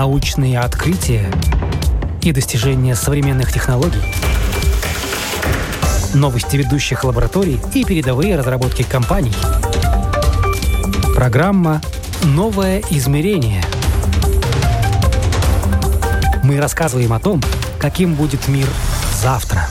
научные открытия и достижения современных технологий, новости ведущих лабораторий и передовые разработки компаний. Программа «Новое измерение». Мы рассказываем о том, каким будет мир завтра.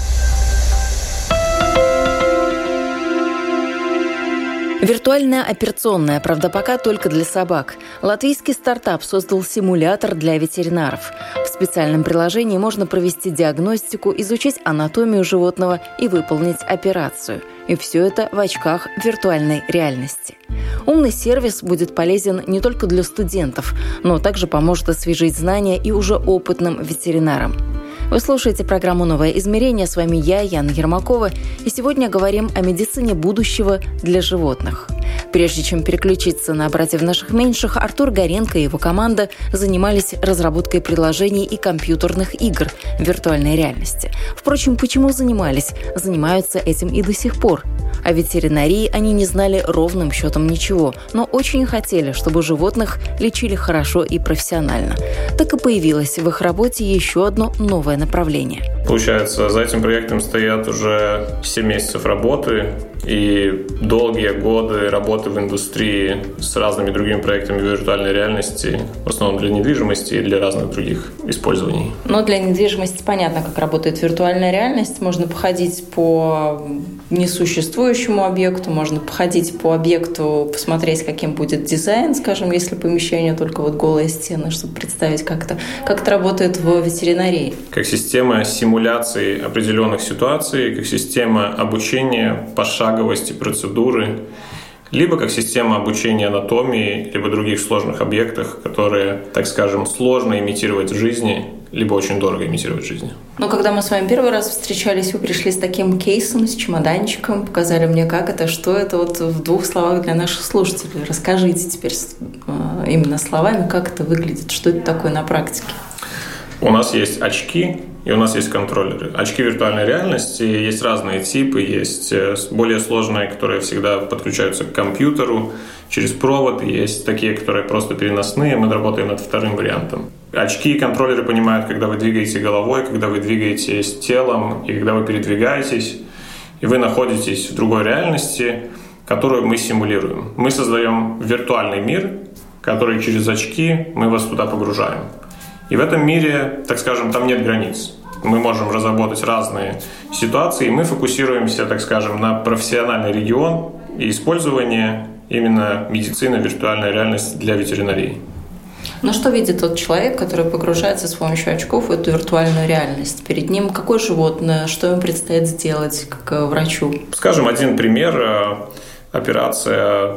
Виртуальная операционная, правда, пока только для собак. Латвийский стартап создал симулятор для ветеринаров. В специальном приложении можно провести диагностику, изучить анатомию животного и выполнить операцию. И все это в очках виртуальной реальности. Умный сервис будет полезен не только для студентов, но также поможет освежить знания и уже опытным ветеринарам. Вы слушаете программу «Новое измерение». С вами я, Яна Ермакова. И сегодня говорим о медицине будущего для животных. Прежде чем переключиться на братьев наших меньших, Артур Горенко и его команда занимались разработкой приложений и компьютерных игр в виртуальной реальности. Впрочем, почему занимались? Занимаются этим и до сих пор. О ветеринарии они не знали ровным счетом ничего, но очень хотели, чтобы животных лечили хорошо и профессионально. Так и появилось в их работе еще одно новое направление. Получается, за этим проектом стоят уже 7 месяцев работы и долгие годы работы в индустрии с разными другими проектами виртуальной реальности, в основном для недвижимости и для разных других использований. Но для недвижимости понятно, как работает виртуальная реальность. Можно походить по несуществующему объекту, можно походить по объекту, посмотреть, каким будет дизайн, скажем, если помещение только вот голые стены, чтобы представить, как это работает в ветеринарии. Как система симуляции определенных ситуаций, как система обучения пошаговости процедуры, либо как система обучения анатомии, либо других сложных объектах, которые, так скажем, сложно имитировать в жизни, либо очень дорого имитировать в жизни. Но когда мы с вами первый раз встречались, вы пришли с таким кейсом, с чемоданчиком, показали мне, как это, что это, вот в 2 словах для наших слушателей. Расскажите теперь именно словами, как это выглядит, что это такое на практике. У нас есть очки, и у нас есть контроллеры. Очки виртуальной реальности, есть разные типы, есть более сложные, которые всегда подключаются к компьютеру через провод, есть такие, которые просто переносные, мы работаем над вторым вариантом. Очки и контроллеры понимают, когда вы двигаете головой, когда вы двигаетесь телом, и когда вы передвигаетесь, и вы находитесь в другой реальности, которую мы симулируем. Мы создаем виртуальный мир, который через очки мы вас туда погружаем. И в этом мире, так скажем, там нет границ. Мы можем разработать разные ситуации, и мы фокусируемся, так скажем, на профессиональный регион и использование именно медицины, виртуальной реальности для ветеринарии. Но что видит тот человек, который погружается с помощью очков в эту виртуальную реальность? Перед ним какое животное, что ему предстоит сделать как врачу? Скажем, один пример. Операция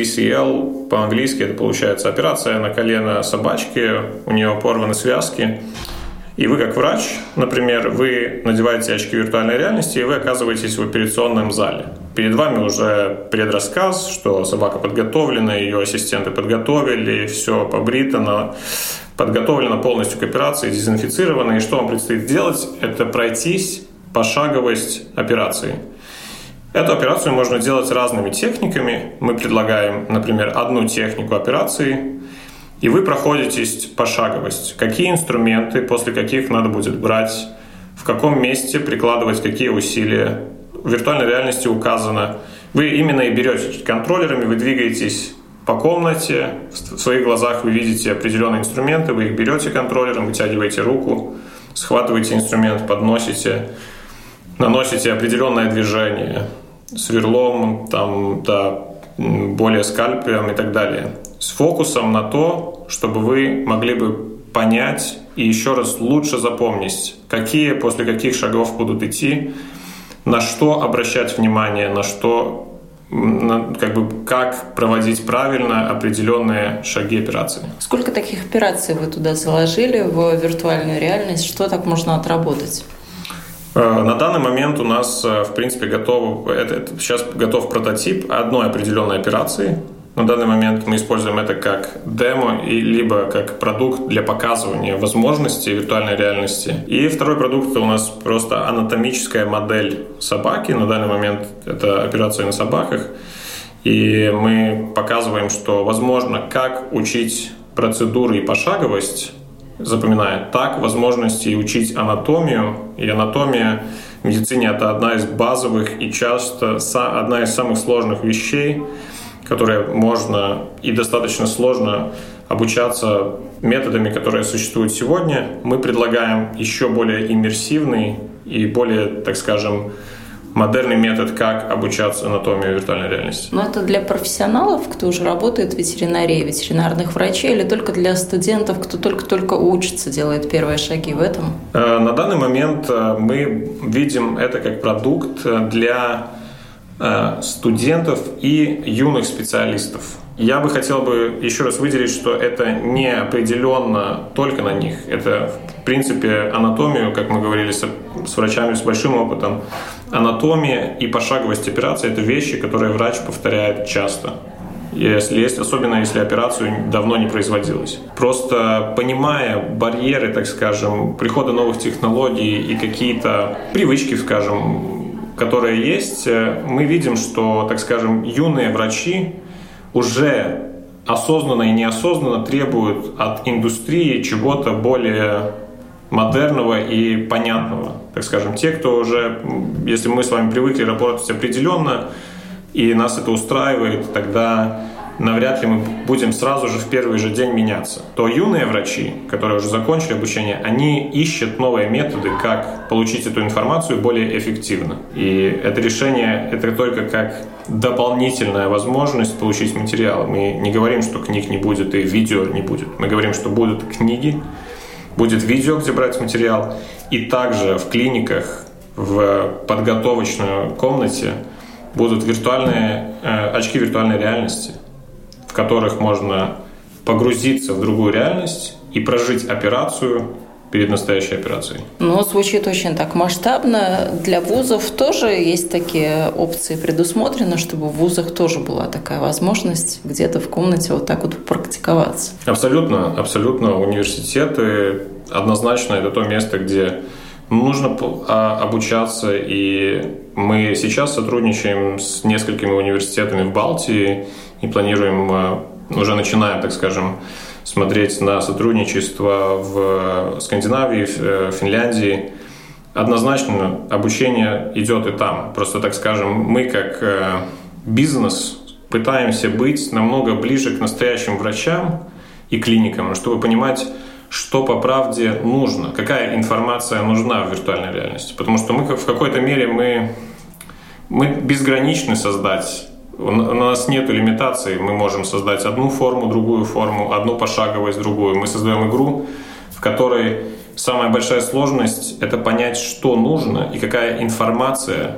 CCL, по-английски это получается операция на колено собачки, у нее порваны связки. И вы как врач, например, вы надеваете очки виртуальной реальности, и вы оказываетесь в операционном зале. Перед вами уже предрассказ, что собака подготовлена, ее ассистенты подготовили, все побрито, подготовлено полностью к операции, дезинфицировано. И что вам предстоит делать? Это пройтись пошаговость операции. Эту операцию можно делать разными техниками. Мы предлагаем, например, одну технику операции, и вы проходитесь пошаговость. Какие инструменты, после каких надо будет брать, в каком месте прикладывать какие усилия. В виртуальной реальности указано. Вы именно и берете контроллерами, вы двигаетесь по комнате, в своих глазах вы видите определенные инструменты, вы их берете контроллером, вытягиваете руку, схватываете инструмент, подносите, наносите определенное движение сверлом, более скальпелем и так далее. С фокусом на то, чтобы вы могли бы понять и еще раз лучше запомнить, после каких шагов будут идти, на что обращать внимание, как проводить правильно определенные шаги операции. Сколько таких операций вы туда заложили в виртуальную реальность? Что так можно отработать? На данный момент у нас, в принципе, сейчас готов прототип одной определенной операции. На данный момент мы используем это как демо, либо как продукт для показывания возможностей виртуальной реальности. И второй продукт — это у нас просто анатомическая модель собаки. На данный момент это операция на собаках. И мы показываем, что возможно как учить процедуры и пошаговость запоминает. Так, возможности учить анатомию, и анатомия в медицине – это одна из базовых и часто одна из самых сложных вещей, которые можно и достаточно сложно обучаться методами, которые существуют сегодня. Мы предлагаем еще более иммерсивный и более, так скажем, модерный метод, как обучаться анатомии виртуальной реальности. Но это для профессионалов, кто уже работает в ветеринарии, ветеринарных врачей, или только для студентов, кто только-только учится, делает первые шаги в этом? На данный момент мы видим это как продукт для студентов и юных специалистов. Я бы хотел еще раз выделить, что это не определенно только на них. Это, в принципе, анатомию, как мы говорили с врачами с большим опытом, анатомия и пошаговость операции – это вещи, которые врач повторяет часто. Особенно если операцию давно не производилась. Просто понимая барьеры, так скажем, прихода новых технологий и какие-то привычки, скажем, которые есть, мы видим, что, так скажем, юные врачи уже осознанно и неосознанно требуют от индустрии чего-то более модерного и понятного. Так скажем, те, кто уже, если мы с вами привыкли работать определенно, и нас это устраивает, тогда навряд ли мы будем сразу же в первый же день меняться. То юные врачи, которые уже закончили обучение, они ищут новые методы, как получить эту информацию более эффективно. И это решение, это только как дополнительная возможность получить материал. Мы не говорим, что книг не будет и видео не будет. Мы говорим, что будут книги, будет видео, где брать материал, и также в клиниках, в подготовочной комнате будут очки виртуальной реальности, в которых можно погрузиться в другую реальность и прожить операцию перед настоящей операцией. Ну, звучит очень так масштабно. Для вузов тоже есть такие опции предусмотрены, чтобы в вузах тоже была такая возможность где-то в комнате вот так вот практиковаться. Абсолютно, абсолютно. Университеты однозначно это то место, где нужно обучаться, и мы сейчас сотрудничаем с несколькими университетами в Балтии и планируем, уже начинаем, так скажем, смотреть на сотрудничество в Скандинавии, в Финляндии. Однозначно обучение идет и там. Просто, так скажем, мы как бизнес пытаемся быть намного ближе к настоящим врачам и клиникам, чтобы понимать, что по правде нужно, какая информация нужна в виртуальной реальности. Потому что мы в какой-то мере мы безграничны создать. У нас нет лимитаций. Мы можем создать одну форму, другую форму, одну пошаговость, другую. Мы создаем игру, в которой самая большая сложность – это понять, что нужно и какая информация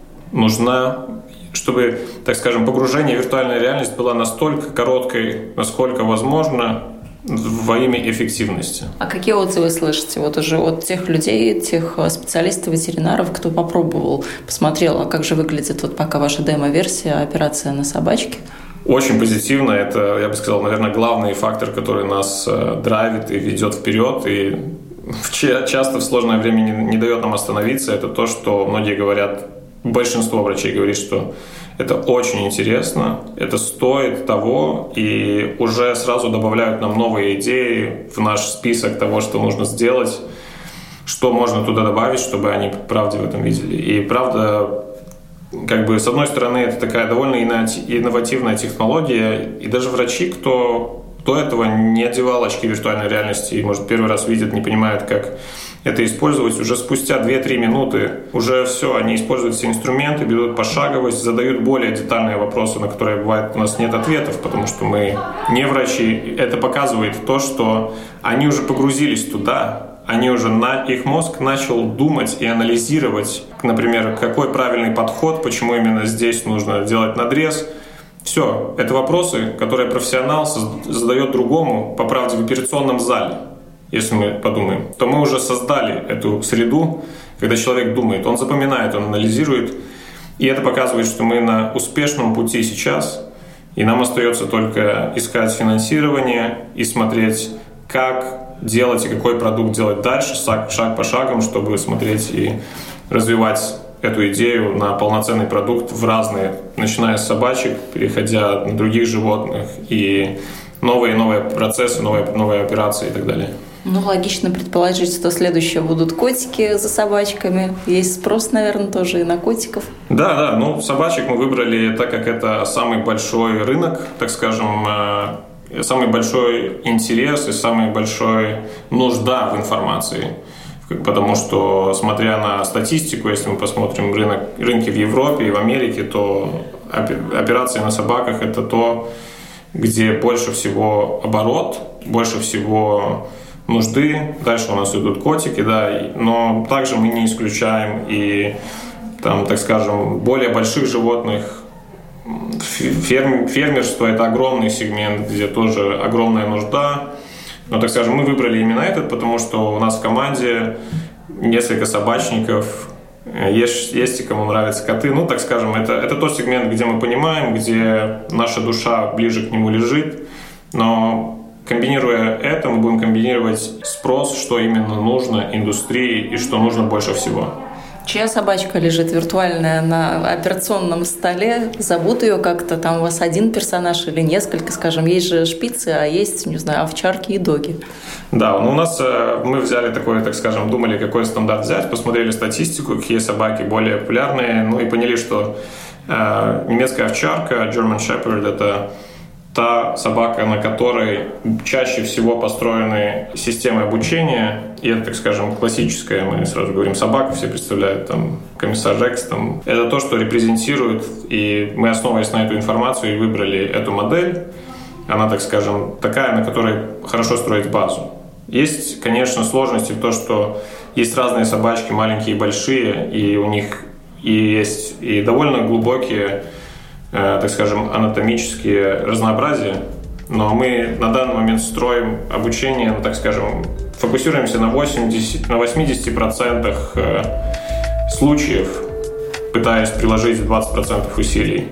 нужна, чтобы, так скажем, погружение в виртуальную реальность было настолько короткой, насколько возможно, во имя эффективности. А какие отзывы слышите вот уже от тех людей, тех специалистов, ветеринаров, кто попробовал, посмотрел, а как же выглядит вот пока ваша демо-версия «Операция на собачке»? Очень позитивно. Это, я бы сказал, наверное, главный фактор, который нас драйвит и ведет вперед. И часто в сложное время не дает нам остановиться. Это то, что многие говорят, большинство врачей говорит, что это очень интересно, это стоит того, и уже сразу добавляют нам новые идеи в наш список того, что нужно сделать, что можно туда добавить, чтобы они правде в этом видели. И правда, как бы с одной стороны, это такая довольно инновативная технология, и даже врачи, кто до этого не одевал очки виртуальной реальности и, может, первый раз видят, не понимают, как это использовать, уже спустя 2-3 минуты уже все, они используют все инструменты, берут пошаговость, задают более детальные вопросы, на которые, бывает, у нас нет ответов, потому что мы не врачи. Это показывает то, что они уже погрузились туда, их мозг начал думать и анализировать, например, какой правильный подход, почему именно здесь нужно делать надрез. Все, это вопросы, которые профессионал задает другому, по правде, в операционном зале. Если мы подумаем, то мы уже создали эту среду, когда человек думает, он запоминает, он анализирует. И это показывает, что мы на успешном пути сейчас, и нам остается только искать финансирование и смотреть, как делать и какой продукт делать дальше, шаг по шагам, чтобы смотреть и развивать эту идею на полноценный продукт в разные, начиная с собачек, переходя на других животных, и новые процессы, новые операции и так далее. Логично предположить, что следующее будут котики за собачками. Есть спрос, наверное, тоже и на котиков. Да. Собачек мы выбрали, так как это самый большой рынок, так скажем, самый большой интерес и самая большая нужда в информации. Потому что, смотря на статистику, если мы посмотрим рынки в Европе и в Америке, то операции на собаках – это то, где больше всего оборот, больше всего нужды. Дальше у нас идут котики, но также мы не исключаем и, так скажем, более больших животных. Фермерство – это огромный сегмент, где тоже огромная нужда. Но, так скажем, мы выбрали именно этот, потому что у нас в команде несколько собачников, есть кому нравятся коты. Так скажем, это тот сегмент, где мы понимаем, где наша душа ближе к нему лежит. Но комбинируя это, мы будем комбинировать спрос, что именно нужно индустрии и что нужно больше всего. Чья собачка лежит виртуальная на операционном столе? Зовут ее как-то? Там у вас один персонаж или несколько, скажем? Есть же шпицы, а есть, не знаю, овчарки и доги. Да, у нас мы взяли такой, так скажем, думали, какой стандарт взять, посмотрели статистику, какие собаки более популярные, и поняли, что немецкая овчарка, German Shepherd, это та собака, на которой чаще всего построены системы обучения, и это, так скажем, классическая, мы сразу говорим, собака, все представляют, комиссар Рекс, это то, что репрезентирует, и мы, основываясь на эту информацию, и выбрали эту модель. Она, так скажем, такая, на которой хорошо строить базу. Есть, конечно, сложности в том, что есть разные собачки, маленькие и большие, и у них есть и довольно глубокие, так скажем, анатомические разнообразия, но мы на данный момент строим обучение, так скажем, фокусируемся на 80% случаев, пытаясь приложить 20% усилий.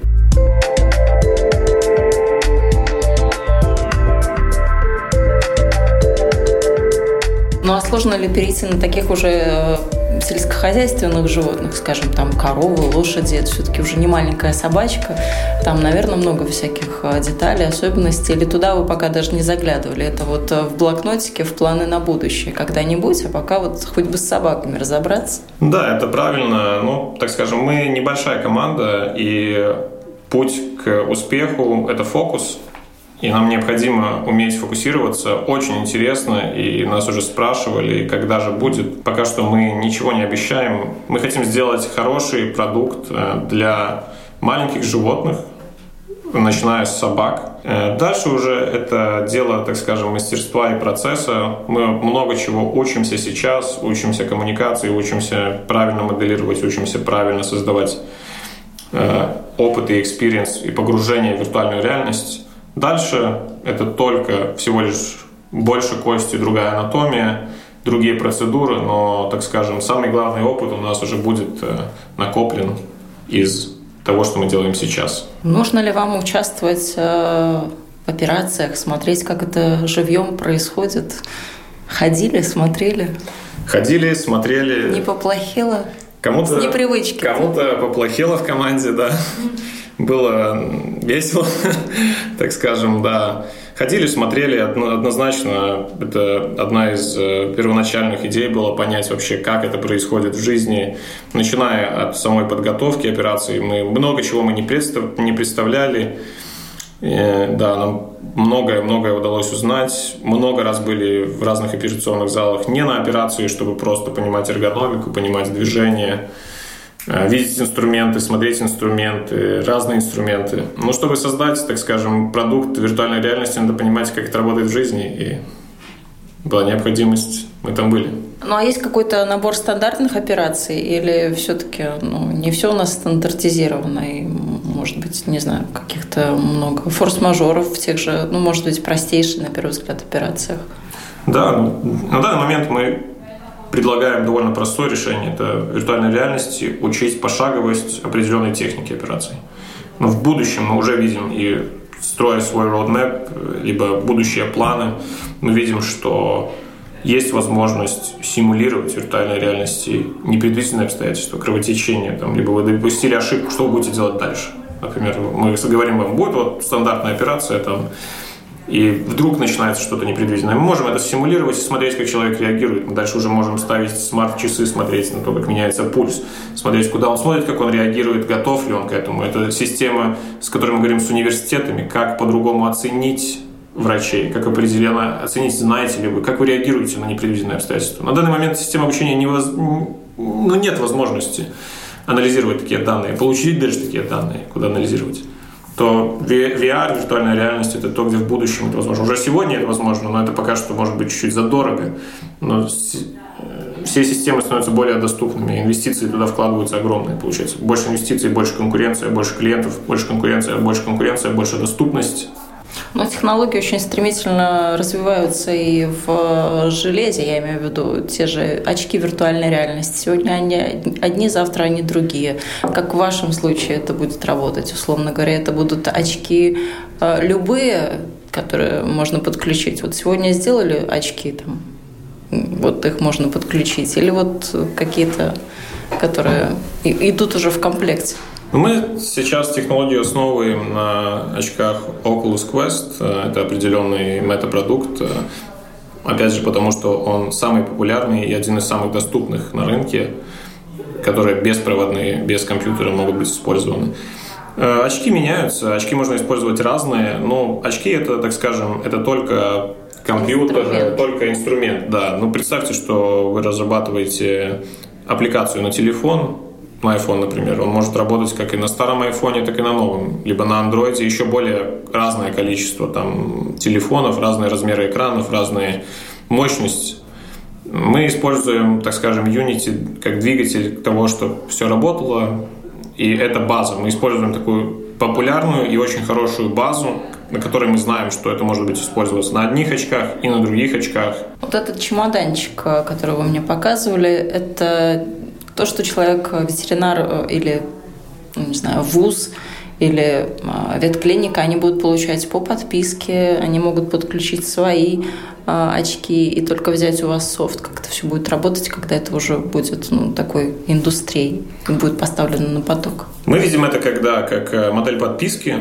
А сложно ли перейти на таких уже сельскохозяйственных животных, скажем, коровы, лошади? Это все-таки уже не маленькая собачка. Там, наверное, много всяких деталей, особенностей. Или туда вы пока даже не заглядывали? Это в блокнотике, в планы на будущее когда-нибудь, а пока хоть бы с собаками разобраться? Да, это правильно. Так скажем, мы небольшая команда, и путь к успеху – это фокус. И нам необходимо уметь фокусироваться. Очень интересно, и нас уже спрашивали, когда же будет. Пока что мы ничего не обещаем. Мы хотим сделать хороший продукт для маленьких животных, начиная с собак. Дальше уже это дело, так скажем, мастерства и процесса. Мы много чего учимся сейчас, учимся коммуникации, учимся правильно моделировать, учимся правильно создавать опыт и экспириенс и погружение в виртуальную реальность. Дальше это только всего лишь больше кости, другая анатомия, другие процедуры, но, так скажем, самый главный опыт у нас уже будет накоплен из того, что мы делаем сейчас. Нужно ли вам участвовать в операциях, смотреть, как это живьем происходит? Ходили, смотрели? Ходили, смотрели. Не поплохело? Кому-то, с непривычки. Кому-то поплохело в команде, да. Было весело, так скажем, да. Ходили, смотрели, однозначно. Это одна из первоначальных идей была понять вообще, как это происходит в жизни. Начиная от самой подготовки операции, много чего мы не представляли. Да, нам многое удалось узнать. Много раз были в разных операционных залах не на операции, чтобы просто понимать эргономику, понимать движение, видеть инструменты, смотреть инструменты, разные инструменты. Но чтобы создать, так скажем, продукт виртуальной реальности, надо понимать, как это работает в жизни. И была необходимость, мы там были. А есть какой-то набор стандартных операций? Или все-таки не все у нас стандартизировано? И, может быть, не знаю, каких-то много форс-мажоров в тех же, может быть, простейших, на первый взгляд, операциях? Да, на данный момент мы предлагаем довольно простое решение. Это в виртуальной реальности учить пошаговость определенной техники операций. Но в будущем мы уже видим, и строя свой roadmap, либо будущие планы, мы видим, что есть возможность симулировать в виртуальной реальности непредвиденные обстоятельства, кровотечение, либо вы допустили ошибку, что вы будете делать дальше. Например, мы говорим вам, будет стандартная операция, и вдруг начинается что-то непредвиденное. Мы можем это симулировать и смотреть, как человек реагирует. Мы дальше уже можем ставить смарт-часы, смотреть на то, как меняется пульс, смотреть, куда он смотрит, как он реагирует, готов ли он к этому. Это система, с которой мы говорим с университетами, как по-другому оценить врачей, как определенно оценить, знаете ли вы, как вы реагируете на непредвиденные обстоятельства. На данный момент система обучения нет возможности анализировать такие данные, получить даже такие данные, куда анализировать. То VR, виртуальная реальность, это то, где в будущем это возможно. Уже сегодня это возможно, но это пока что может быть чуть-чуть задорого. Но все системы становятся более доступными, инвестиции туда вкладываются огромные, получается. Больше инвестиций, больше конкуренция, больше клиентов, больше конкуренция, больше доступность. Но технологии очень стремительно развиваются и в железе, я имею в виду те же очки виртуальной реальности. Сегодня они одни, завтра они другие. Как в вашем случае это будет работать? Условно говоря, это будут очки любые, которые можно подключить. Вот сегодня сделали очки, там, вот их можно подключить. Или вот какие-то, которые идут уже в комплекте. Мы сейчас технологию основываем на очках Oculus Quest. Это определенный мета-продукт. Опять же, потому что он самый популярный и один из самых доступных на рынке, которые беспроводные, без компьютера могут быть использованы. Очки меняются, очки можно использовать разные, но очки это, так скажем, это только компьютер, только инструмент. Да. Ну, представьте, что вы разрабатываете аппликацию на телефон, на iPhone, например, он может работать как и на старом iPhone, так и на новом, либо на Android, еще более разное количество там телефонов, разные размеры экранов, разная мощность. Мы используем, так скажем, Unity как двигатель того, чтобы все работало, и это база. Мы используем такую популярную и очень хорошую базу, на которой мы знаем, что это может быть использоваться на одних очках и на других очках. Вот этот чемоданчик, который вы мне показывали, это то, что человек, ветеринар или, не знаю, вуз или ветклиника, они будут получать по подписке, они могут подключить свои очки и только взять у вас софт. Как это все будет работать, когда это уже будет такой индустрией и будет поставлено на поток? Мы видим это как модель подписки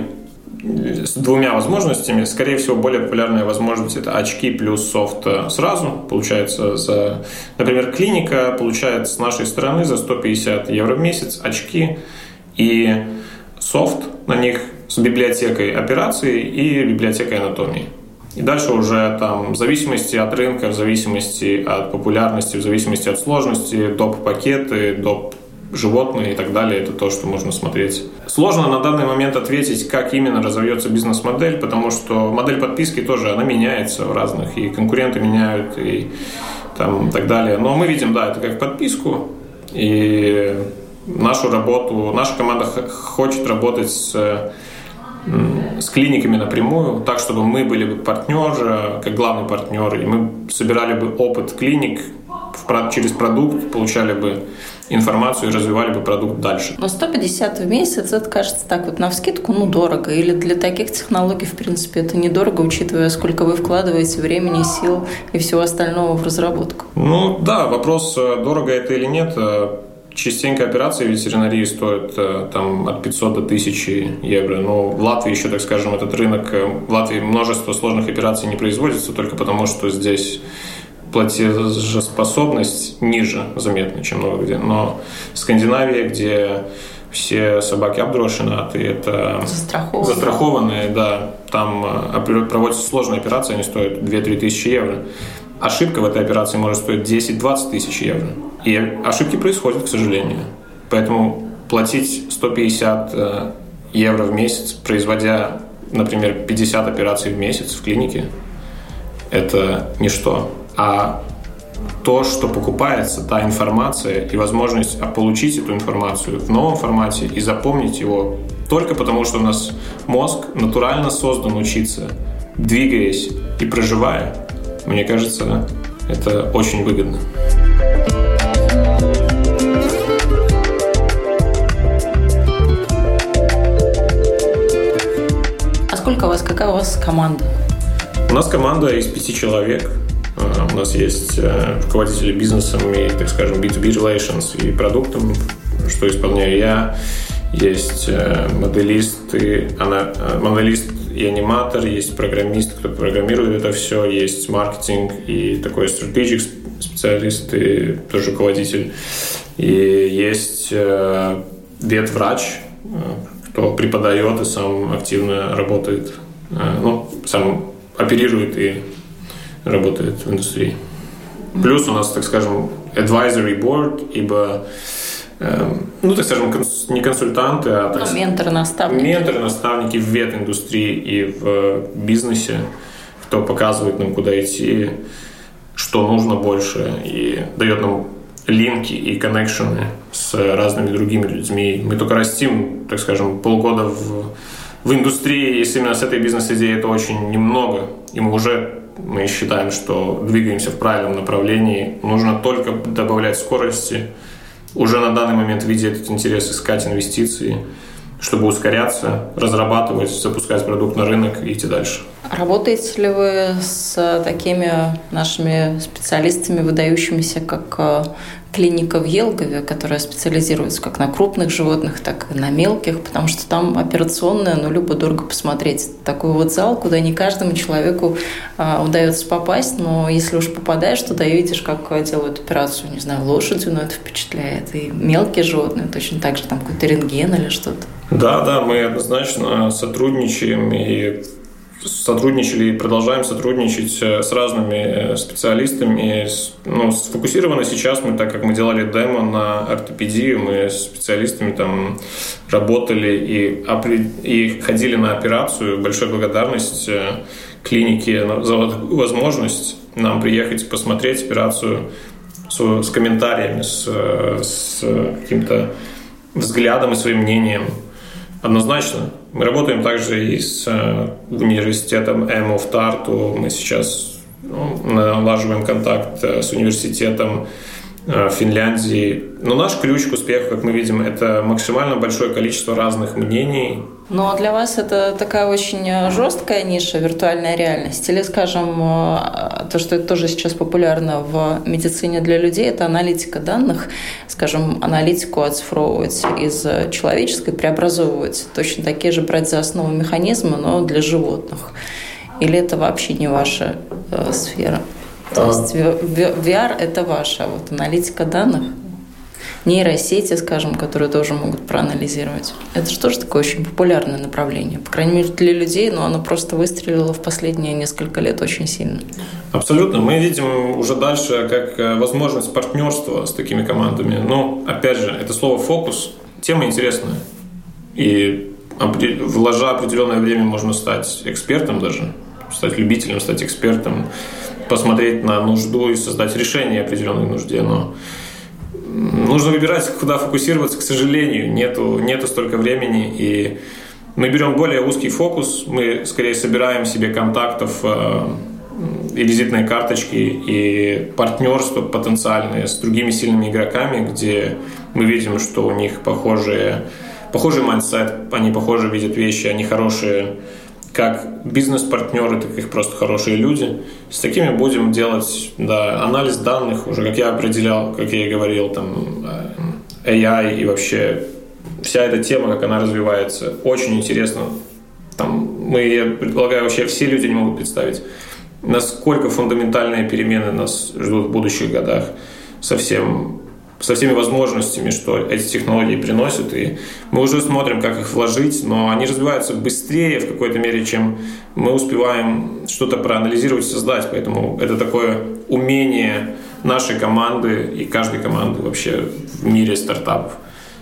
с двумя возможностями. Скорее всего, более популярная возможность – это очки плюс софт сразу. Получается, например, клиника получает с нашей стороны за 150 евро в месяц очки и софт на них с библиотекой операций и библиотекой анатомии. И дальше уже там в зависимости от рынка, в зависимости от популярности, в зависимости от сложности, доп-пакеты, доп-животные и так далее, это то, что можно смотреть. Сложно на данный момент ответить, как именно разовьется бизнес-модель, потому что модель подписки тоже, она меняется в разных, и конкуренты меняют, и там, так далее. Но мы видим, да, это как подписку, и нашу работу, наша команда хочет работать с клиниками напрямую, так, чтобы мы были бы партнер, как главный партнер, и мы собирали бы опыт клиник через продукт, получали бы информацию и развивали бы продукт дальше. Но 150 в месяц, это кажется так вот навскидку, дорого. Или для таких технологий, в принципе, это недорого, учитывая, сколько вы вкладываете времени, сил и всего остального в разработку. Да, вопрос, дорого это или нет. Частенько операции в ветеринарии стоят там, от 500 до 1000 евро. Но в Латвии еще, так скажем, этот рынок, в Латвии множество сложных операций не производится только потому, что здесь платежеспособность ниже заметно, чем много где. Но Скандинавия, где все собаки обдрошены, это застрахованные, да, там проводятся сложные операции, они стоят 2-3 тысячи евро. Ошибка в этой операции может стоить 10-20 тысяч евро. И ошибки происходят, к сожалению. Поэтому платить 150 евро в месяц, производя, например, 50 операций в месяц в клинике, это ничто. А то, что покупается, та информация и возможность получить эту информацию в новом формате и запомнить его только потому, что у нас мозг натурально создан учиться, двигаясь и проживая, мне кажется, это очень выгодно. Какая у вас команда? У нас команда из 5 человек. У нас есть руководители бизнесом и, так скажем, B2B relations и продуктом, что исполняю я. есть моделист и аниматор, есть программист, кто программирует это все, есть маркетинг и такой strategic специалист и тоже руководитель. И есть ветврач, кто преподает и сам активно работает, сам оперирует и работает в индустрии. Плюс у нас, так скажем, advisory board, ибо, так скажем, не консультанты, а менторы-наставники. Менторы-наставники в ветиндустрии и в бизнесе, кто показывает нам, куда идти, что нужно больше, и дает нам линки и коннекшены с разными другими людьми. Мы только растим, так скажем, полгода в индустрии, если именно с этой бизнес-идеей, это очень немного, и мы считаем, что двигаемся в правильном направлении. Нужно только добавлять скорости, уже на данный момент видя этот интерес, искать инвестиции, чтобы ускоряться, разрабатывать, запускать продукт на рынок и идти дальше. Работаете ли вы с такими нашими специалистами, выдающимися, как клиника в Елгове, которая специализируется как на крупных животных, так и на мелких, потому что там операционная, любо-дорого посмотреть. Такой вот зал, куда не каждому человеку удается попасть, но если уж попадаешь туда и видишь, как делают операцию, не знаю, лошадью, это впечатляет. И мелкие животные точно так же, там какой-то рентген или что-то. Да, мы однозначно сотрудничаем и продолжаем сотрудничать с разными специалистами. Сфокусированы сейчас мы, так как мы делали демо на ортопедию, мы с специалистами там работали и ходили на операцию. Большая благодарность клинике за возможность нам приехать посмотреть операцию с комментариями, с каким-то взглядом и своим мнением. Однозначно. Мы работаем также и с университетом ЭМУ в Тарту. Мы сейчас налаживаем контакт с университетом Финляндии. Но наш ключ к успеху, как мы видим, это максимально большое количество разных мнений. Но для вас это такая очень жесткая ниша, виртуальная реальность? Или, скажем, то, что это тоже сейчас популярно в медицине для людей, это аналитика данных, скажем, аналитику оцифровывать из человеческой, преобразовывать, точно такие же брать за основу механизмы, но для животных? Или это вообще не ваша сфера? То есть VR – это ваша, аналитика данных, нейросети, скажем, которые тоже могут проанализировать. Это же тоже такое очень популярное направление. По крайней мере, для людей, но оно просто выстрелило в последние несколько лет очень сильно. Абсолютно. Мы видим уже дальше как возможность партнерства с такими командами. Но, опять же, это слово «фокус». Тема интересная. И вложа определенное время можно стать экспертом даже, стать любителем, стать экспертом, посмотреть на нужду и создать решение определенной нужде. Но нужно выбирать, куда фокусироваться, к сожалению. Нету столько времени. И мы берем более узкий фокус. Мы скорее собираем себе контактов и визитные карточки, и партнерства потенциальные с другими сильными игроками, где мы видим, что у них похожий майндсет, они похоже видят вещи, они хорошие как бизнес-партнеры, так и просто хорошие люди. С такими будем делать анализ данных, уже как я определял, как я и говорил, там, AI и вообще вся эта тема, как она развивается, очень интересно. Я предполагаю, вообще все люди не могут представить, насколько фундаментальные перемены нас ждут в будущих годах со всеми возможностями, что эти технологии приносят. И мы уже смотрим, как их вложить, но они развиваются быстрее в какой-то мере, чем мы успеваем что-то проанализировать, создать. Поэтому это такое умение нашей команды и каждой команды вообще в мире стартапов.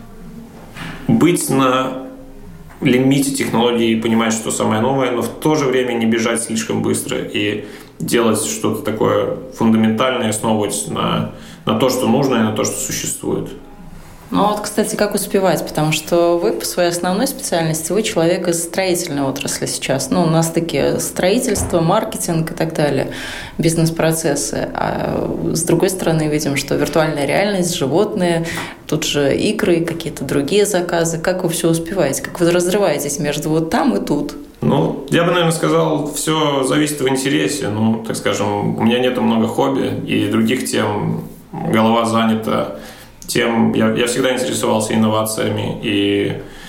Быть на лимите технологий и понимать, что самое новое, но в то же время не бежать слишком быстро и делать что-то такое фундаментальное, основывать на то, что нужно, и на то, что существует. Кстати, как успевать? Потому что вы по своей основной специальности, вы человек из строительной отрасли сейчас. У нас такие строительство, маркетинг и так далее, бизнес-процессы. А с другой стороны, видим, что виртуальная реальность, животные, тут же игры, какие-то другие заказы. Как вы все успеваете? Как вы разрываетесь между там и тут? Я бы, наверное, сказал, все зависит в интересе. Так скажем, у меня нету много хобби и других тем. Голова занята тем. Я всегда интересовался инновациями и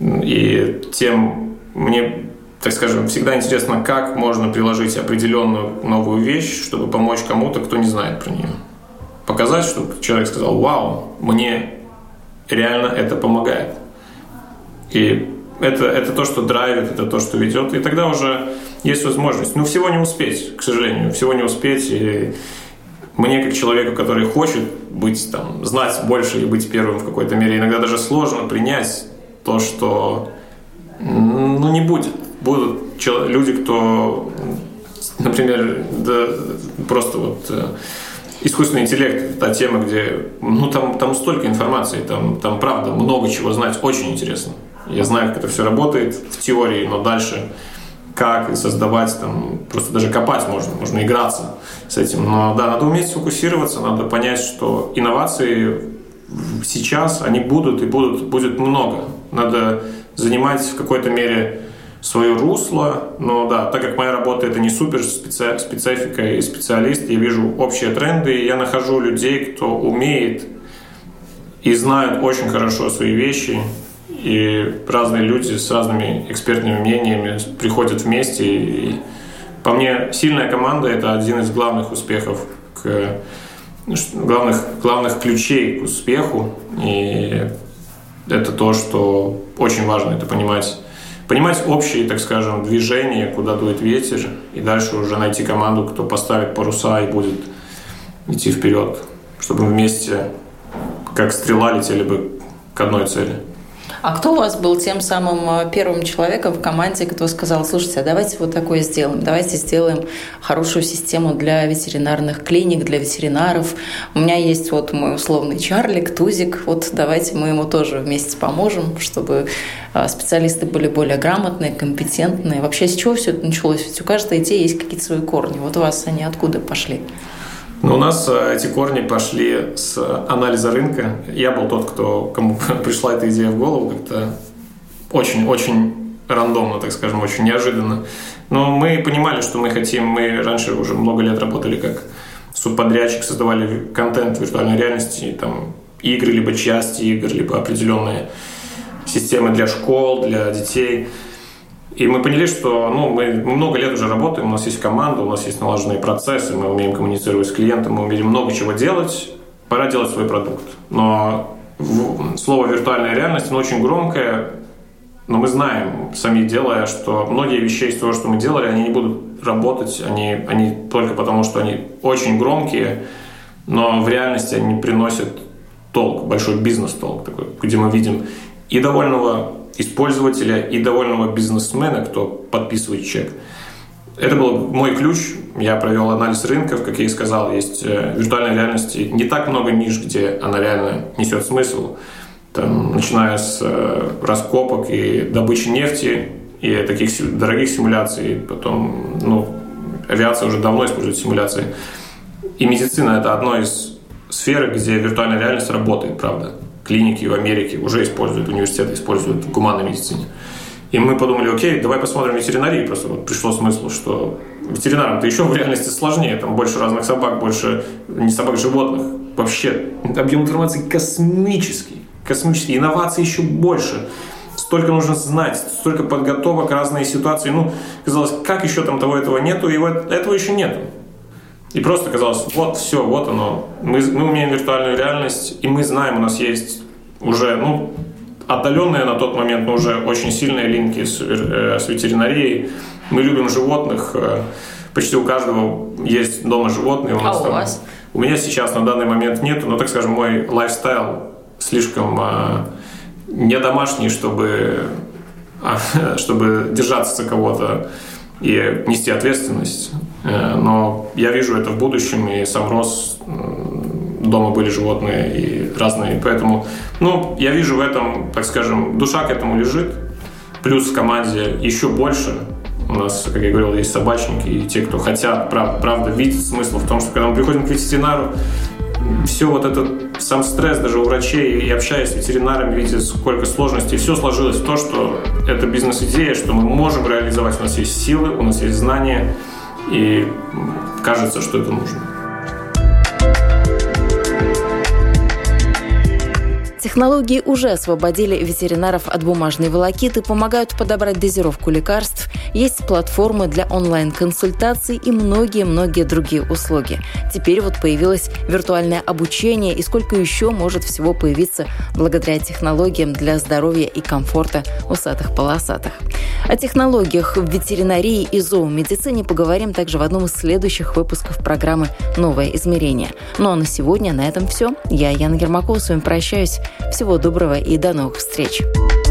И тем мне, так скажем, всегда интересно, как можно приложить определенную новую вещь, чтобы помочь кому-то, кто не знает про нее. Показать, чтобы человек сказал: вау, мне реально это помогает. И это то, что драйвит, это то, что ведет. И тогда уже есть возможность. Ну, всего не успеть, к сожалению. Всего не успеть. И мне, как человеку, который хочет быть, там, знать больше и быть первым в какой-то мере, иногда даже сложно принять то, что не будет. Будут люди, кто, например, просто искусственный интеллект – та тема, где там столько информации, там правда много чего знать, очень интересно. Я знаю, как это все работает в теории, но дальше как создавать, просто даже копать можно играться с этим. Но да, надо уметь сфокусироваться, надо понять, что инновации сейчас, они будут и будет много. Надо занимать в какой-то мере свое русло, но да, так как моя работа — это не супер специфика и специалист, я вижу общие тренды, и я нахожу людей, кто умеет и знают очень хорошо свои вещи, и разные люди с разными экспертными мнениями приходят вместе. И по мне, сильная команда — это один из главных успехов, главных ключей к успеху, и это то, что очень важно, это понимать общие, так скажем, движения, куда дует ветер, и дальше уже найти команду, кто поставит паруса и будет идти вперед, чтобы вместе, как стрела, летели бы к одной цели. А кто у вас был тем самым первым человеком в команде, кто сказал: слушайте, а давайте вот такое сделаем, давайте сделаем хорошую систему для ветеринарных клиник, для ветеринаров. У меня есть мой условный Чарлик, Тузик, давайте мы ему тоже вместе поможем, чтобы специалисты были более грамотные, компетентные. Вообще, с чего все это началось? Ведь у каждой идеи есть какие-то свои корни. Вот у вас они откуда пошли? У нас эти корни пошли с анализа рынка. Я был тот, кому пришла эта идея в голову как-то очень рандомно, так скажем, очень неожиданно. Но мы понимали, что мы хотим. Мы раньше уже много лет работали как субподрядчик, создавали контент виртуальной реальности, игры, либо части игр, либо определенные системы для школ, для детей. И мы поняли, что мы много лет уже работаем, у нас есть команда, у нас есть налаженные процессы, мы умеем коммуницировать с клиентом, мы умеем много чего делать, пора делать свой продукт. Но слово «виртуальная реальность» очень громкое, но мы знаем, сами делая, что многие вещи из того, что мы делали, они не будут работать, они только потому, что они очень громкие, но в реальности они приносят толк, большой бизнес-толк, такой, где мы видим и довольного использователя, и довольного бизнесмена, кто подписывает чек. Это был мой ключ. Я провел анализ рынков, как я и сказал, есть в виртуальной реальности не так много ниш, где она реально несет смысл. Начиная с раскопок и добычи нефти, и таких дорогих симуляций, потом авиация уже давно использует симуляции. И медицина — это одна из сфер, где виртуальная реальность работает, правда. Клиники в Америке уже используют, университеты используют в гуманной медицине. И мы подумали: окей, давай посмотрим ветеринарию. Просто пришло смысл, что ветеринарам-то еще в реальности сложнее. Там больше разных собак, больше не собак, животных. Вообще объем информации космический. Инноваций еще больше. Столько нужно знать, столько подготовок, разные ситуации. Казалось, как еще того этого нету, и этого еще нету. И просто казалось, все, вот оно. Мы умеем виртуальную реальность, и мы знаем, у нас есть уже, отдаленные на тот момент, но уже очень сильные линки с ветеринарией. Мы любим животных. Почти у каждого есть дома животные. У вас? У меня сейчас на данный момент нету, но, так скажем, мой лайфстайл слишком не домашний, чтобы держаться за кого-то и нести ответственность. Но я вижу это в будущем, и сам рос, дома были животные и разные. Поэтому, я вижу в этом, так скажем, душа к этому лежит. Плюс в команде еще больше. У нас, как я говорил, есть собачники, и те, кто хотят, правда, видеть смысл в том, что когда мы приходим к ветеринару, все этот сам стресс даже у врачей, и общаясь с ветеринарами, видя, сколько сложностей, все сложилось в то, что это бизнес-идея, что мы можем реализовать, у нас есть силы, у нас есть знания, и кажется, что это нужно. Технологии уже освободили ветеринаров от бумажной волокиты, помогают подобрать дозировку лекарств, есть платформы для онлайн-консультаций и многие-многие другие услуги. Теперь вот появилось виртуальное обучение, и сколько еще может всего появиться благодаря технологиям для здоровья и комфорта усатых-полосатых. О технологиях в ветеринарии и зоомедицине поговорим также в одном из следующих выпусков программы «Новое измерение». Ну а на сегодня на этом все. Я, Яна Ермакова, с вами прощаюсь. Всего доброго и до новых встреч.